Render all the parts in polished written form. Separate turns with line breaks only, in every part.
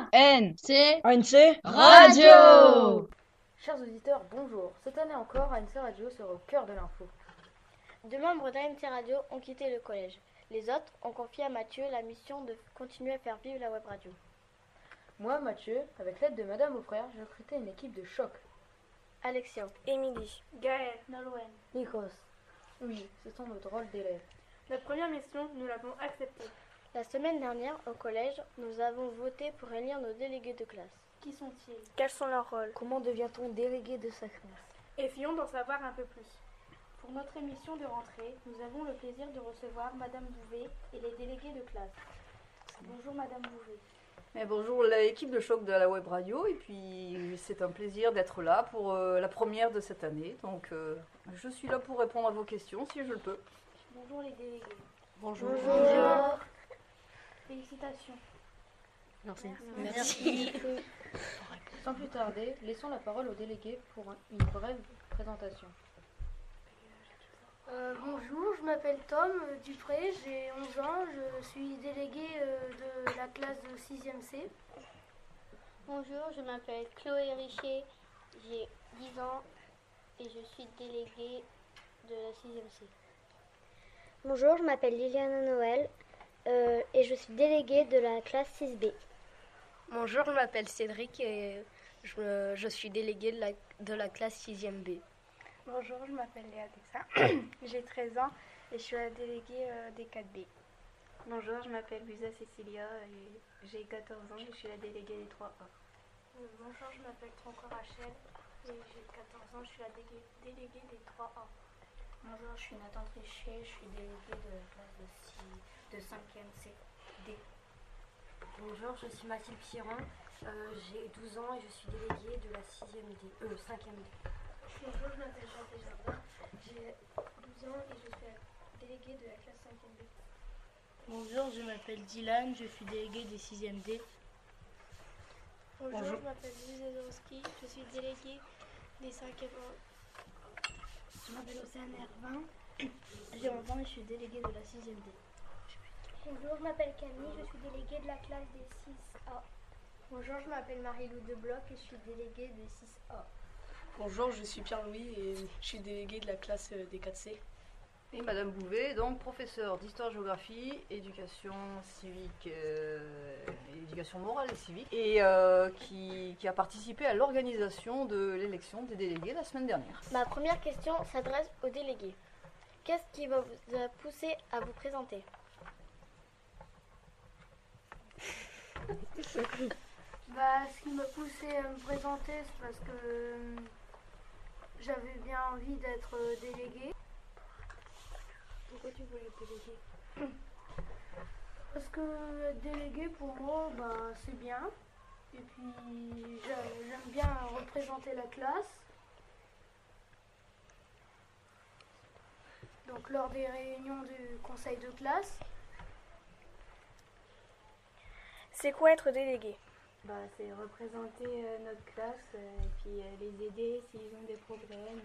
ANC
Radio.
Chers auditeurs, bonjour. Cette année encore, ANC Radio sera au cœur de l'info.
Deux membres d'ANC Radio ont quitté le collège. Les autres ont confié à Mathieu la mission de continuer à faire vivre la web radio.
Moi, Mathieu, avec l'aide de Madame Auffrère, j'ai recruté une équipe de choc.
Alexia,
Émilie,
Gaël, Nolwenn,
Nikos. Oui, ce sont nos drôles d'élèves.
Notre première mission, nous l'avons acceptée.
La semaine dernière, au collège, nous avons voté pour élire nos délégués de classe.
Qui sont-ils?
Quels sont leurs rôles?
Comment devient-on délégué de sa classe?
Essayons d'en savoir un peu plus. Pour notre émission de rentrée, nous avons le plaisir de recevoir Madame Bouvet et les délégués de classe. Bonjour Madame Bouvet.
Bonjour l'équipe de choc de la web radio, et puis c'est un plaisir d'être là pour la première de cette année. Donc je suis là pour répondre à vos questions si je le peux.
Bonjour les délégués.
Bonjour.
Félicitations.
Merci.
Sans plus tarder, laissons la parole aux délégués pour une brève présentation.
Bonjour, je m'appelle Tom Dupré, j'ai 11 ans, je suis délégué de la classe de 6e C.
Bonjour, je m'appelle Chloé Richer, j'ai 10 ans et je suis déléguée de la 6e C.
Bonjour, je m'appelle Liliana Noël et je suis déléguée de la classe 6B.
Bonjour, je m'appelle Cédric et je suis déléguée de la classe 6e B.
Bonjour, je m'appelle Léa Dexa, j'ai 13 ans et je suis la déléguée des 4B.
Bonjour, je m'appelle Luisa Cecilia et j'ai 14 ans et je suis la déléguée des 3A.
Bonjour, je m'appelle Tronco Rachel et j'ai 14 ans, je suis la déléguée des 3A.
Bonjour, je suis Nathan Trichet, je suis déléguée de la classe de 5e C D.
Bonjour, je suis Mathilde Piron, j'ai 12 ans et je suis déléguée de la 5e D.
Bonjour, je m'appelle Jean Desjardins, j'ai 12 ans et je suis déléguée de la classe 5e B.
Bonjour, je m'appelle Dylan, je suis déléguée des 6e D.
Bonjour, je m'appelle Louise Zazorski, je suis déléguée des 5e A.
Je m'appelle Océane Hervin, j'ai 11 ans et je suis déléguée de la 6e D.
Bonjour, je m'appelle Camille, je suis déléguée de la classe des 6A.
Bonjour, je m'appelle Marie-Lou Debloc et je suis déléguée des 6A.
Bonjour, je suis Pierre-Louis et je suis déléguée de la classe des 4C.
Et Madame Bouvet, donc professeure d'histoire-géographie, éducation civique, éducation morale et civique, et qui a participé à l'organisation de l'élection des délégués la semaine dernière.
Ma première question s'adresse aux délégués. Qu'est-ce qui vous a poussé à vous présenter ?
Ce qui m'a poussé à me présenter, c'est parce que j'avais bien envie d'être déléguée.
Pourquoi tu voulais être déléguée ?
Parce que être déléguée pour moi, c'est bien. Et puis j'aime bien représenter la classe. Donc lors des réunions du conseil de classe.
C'est quoi être délégué ?
C'est représenter notre classe et puis les aider s'ils ont des problèmes.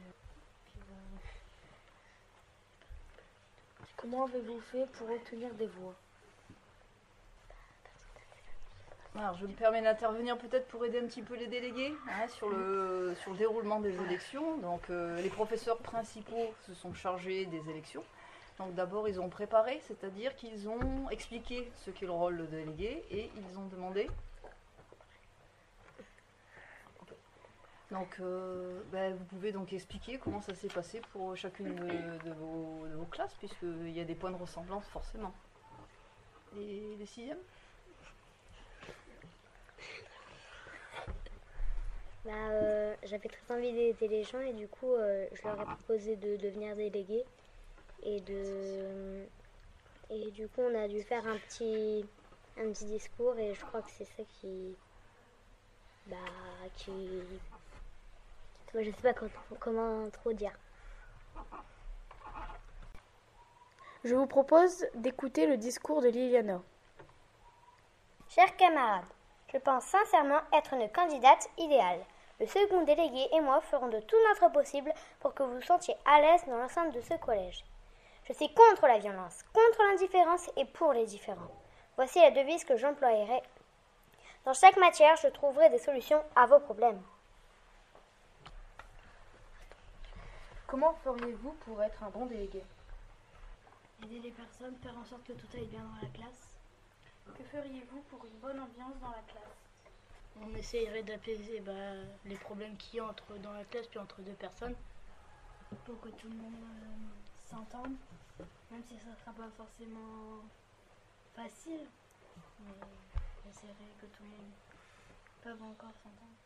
Comment avez-vous fait pour obtenir des voix ?
Alors, je me permets d'intervenir peut-être pour aider un petit peu les délégués sur le déroulement des élections. Donc les professeurs principaux se sont chargés des élections. Donc d'abord ils ont préparé, c'est-à-dire qu'ils ont expliqué ce qu'est le rôle de délégué et ils ont demandé. Donc vous pouvez donc expliquer comment ça s'est passé pour chacune de vos classes, puisqu'il y a des points de ressemblance forcément. Les 6e ?
J'avais très envie d'aider les gens et du coup je leur ai proposé de devenir délégué et du coup on a dû faire un petit discours et je crois que c'est ça qui je sais pas comment trop dire.
Je vous propose d'écouter le discours de Liliana.
Chers camarades, je pense sincèrement être une candidate idéale. Le second délégué et moi ferons de tout notre possible pour que vous vous sentiez à l'aise dans l'enceinte de ce collège. Je suis contre la violence, contre l'indifférence et pour les différents. Voici la devise que j'emploierai Dans chaque matière, je trouverai des solutions à vos problèmes.
Comment feriez-vous pour être un bon délégué?
Aider les personnes, faire en sorte que tout aille bien dans la classe.
Que feriez-vous pour une bonne ambiance dans la classe?
On essayerait d'apaiser les problèmes qu'il y a dans la classe puis entre deux personnes.
Pour que tout le monde s'entende, même si ça ne sera pas forcément facile, mais j'essaierai que tout le monde peut encore s'entendre.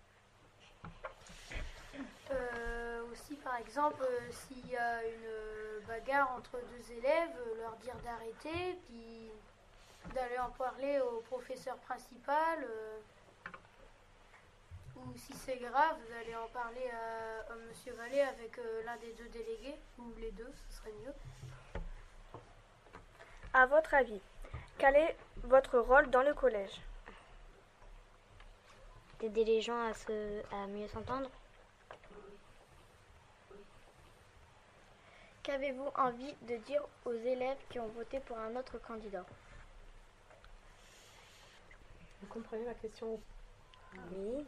Aussi, par exemple, s'il y a une bagarre entre deux élèves, leur dire d'arrêter, puis d'aller en parler au professeur principal, ou si c'est grave, d'aller en parler à Monsieur Vallée avec l'un des deux délégués, ou les deux, ce serait mieux.
À votre avis, quel est votre rôle dans le collège?
D'aider les gens à mieux s'entendre.
Qu'avez-vous envie de dire aux élèves qui ont voté pour un autre candidat?
Vous comprenez la question?
Oui.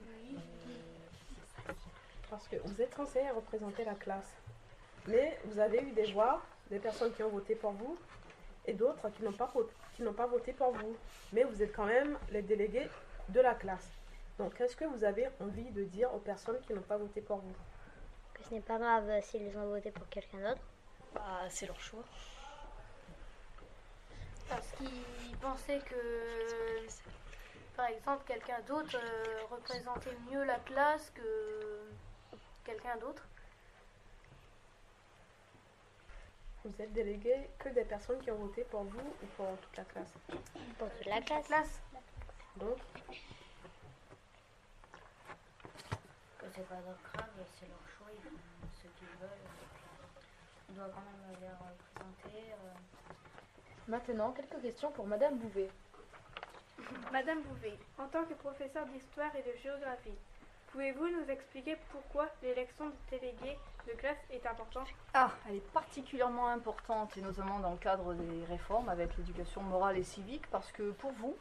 Parce que vous êtes censé représenter la classe. Mais vous avez eu des voix, des personnes qui ont voté pour vous et d'autres qui n'ont pas voté pour vous. Mais vous êtes quand même les délégués de la classe. Donc, qu'est-ce que vous avez envie de dire aux personnes qui n'ont pas voté pour vous?
Que ce n'est pas grave s'ils ont voté pour quelqu'un d'autre.
C'est leur choix.
Parce qu'ils pensaient que, par exemple, quelqu'un d'autre représentait mieux la classe que quelqu'un d'autre.
Vous êtes délégué que des personnes qui ont voté pour vous ou pour toute la classe?
Pour toute la classe.
Donc,
que c'est pas grave, c'est leur choix, ils font ce qu'ils veulent. On doit quand même les représenter.
Maintenant, quelques questions pour Madame Bouvet.
Madame Bouvet, en tant que professeure d'histoire et de géographie, pouvez-vous nous expliquer pourquoi l'élection de délégués de classe est importante?
Elle est particulièrement importante, et notamment dans le cadre des réformes avec l'éducation morale et civique, parce que pour vous,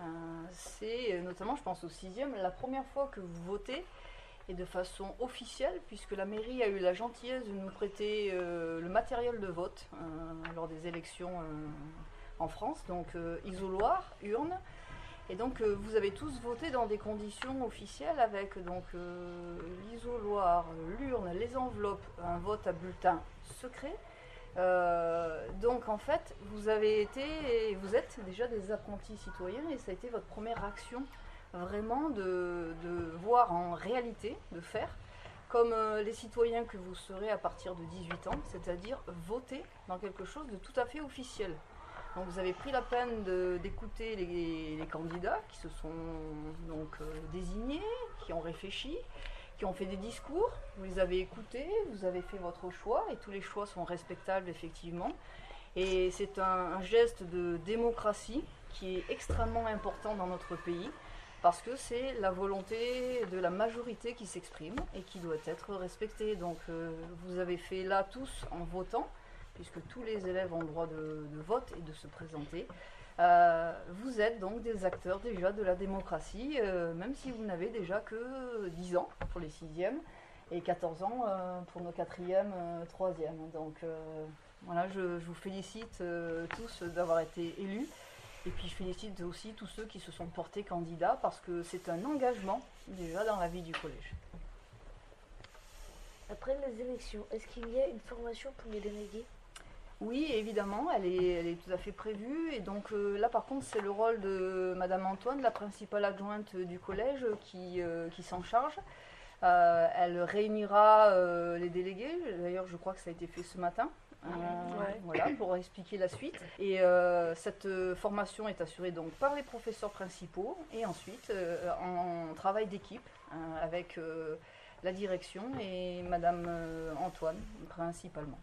c'est notamment, je pense au 6e, la première fois que vous votez, et de façon officielle, puisque la mairie a eu la gentillesse de nous prêter le matériel de vote lors des élections en France, donc isoloir, urne. Et donc vous avez tous voté dans des conditions officielles avec donc l'isoloir, l'urne, les enveloppes, un vote à bulletin secret. Donc en fait, vous avez été et vous êtes déjà des apprentis citoyens et ça a été votre première action vraiment de voir en réalité, de faire comme les citoyens que vous serez à partir de 18 ans, c'est-à-dire voter dans quelque chose de tout à fait officiel. Donc vous avez pris la peine d'écouter les candidats qui se sont donc désignés, qui ont réfléchi, qui ont fait des discours, vous les avez écoutés, vous avez fait votre choix et tous les choix sont respectables effectivement. Et c'est un geste de démocratie qui est extrêmement important dans notre pays parce que c'est la volonté de la majorité qui s'exprime et qui doit être respectée. Donc vous avez fait là tous en votant, puisque tous les élèves ont le droit de vote et de se présenter. Vous êtes donc des acteurs déjà de la démocratie, même si vous n'avez déjà que 10 ans pour les 6e et 14 ans pour nos 4e, 3e. Donc voilà, je vous félicite tous d'avoir été élus. Et puis je félicite aussi tous ceux qui se sont portés candidats parce que c'est un engagement déjà dans la vie du collège.
Après les élections, est-ce qu'il y a une formation pour les délégués?
Oui, évidemment, elle est tout à fait prévue. Et donc là, par contre, c'est le rôle de Madame Antoine, la principale adjointe du collège, qui s'en charge. Elle réunira les délégués. D'ailleurs, je crois que ça a été fait ce matin. Voilà, pour expliquer la suite. Et cette formation est assurée donc par les professeurs principaux et ensuite en travail d'équipe avec la direction et Madame Antoine principalement.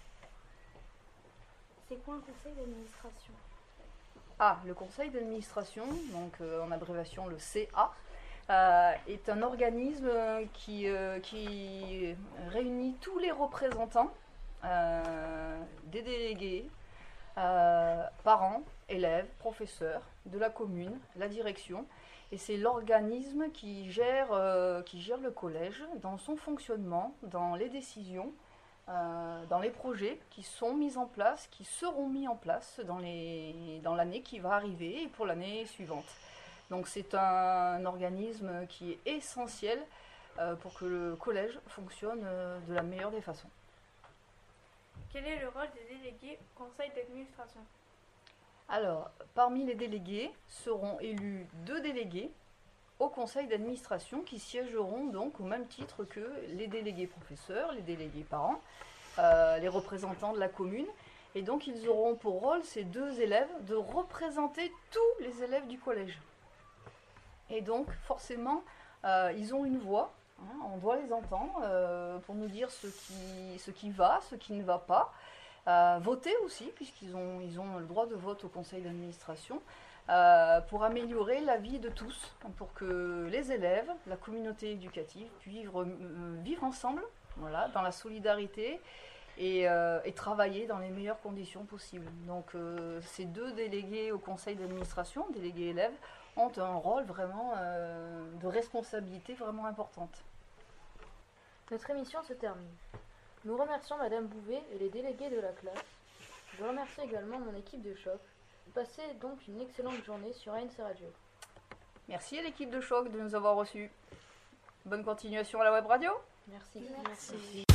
C'est quoi un conseil d'administration?
Le conseil d'administration, donc en abréviation le CA, est un organisme qui réunit tous les représentants des délégués, parents, élèves, professeurs de la commune, la direction, Et c'est l'organisme qui gère le collège dans son fonctionnement, dans les décisions, dans les projets qui sont mis en place, qui seront mis en place dans l'année qui va arriver et pour l'année suivante. Donc c'est un organisme qui est essentiel pour que le collège fonctionne de la meilleure des façons.
Quel est le rôle des délégués au conseil d'administration?
Alors, parmi les délégués seront élus 2 délégués au conseil d'administration qui siégeront donc au même titre que les délégués professeurs, les délégués parents, les représentants de la commune. Et donc ils auront pour rôle, ces 2 élèves, de représenter tous les élèves du collège. Et donc forcément, ils ont une voix, hein, on doit les entendre pour nous dire ce qui va, ce qui ne va pas. Voter aussi, puisqu'ils ont le droit de vote au conseil d'administration, pour améliorer la vie de tous, pour que les élèves, la communauté éducative puissent vivre ensemble, voilà, dans la solidarité et travailler dans les meilleures conditions possibles. Donc ces 2 délégués au conseil d'administration, délégués élèves, ont un rôle vraiment de responsabilité vraiment importante.
Notre émission se termine. Nous remercions Madame Bouvet et les délégués de la classe. Je remercie également mon équipe de choc. Passez donc une excellente journée sur ANC Radio.
Merci à l'équipe de choc de nous avoir reçus. Bonne continuation à la web radio.
Merci.
Merci.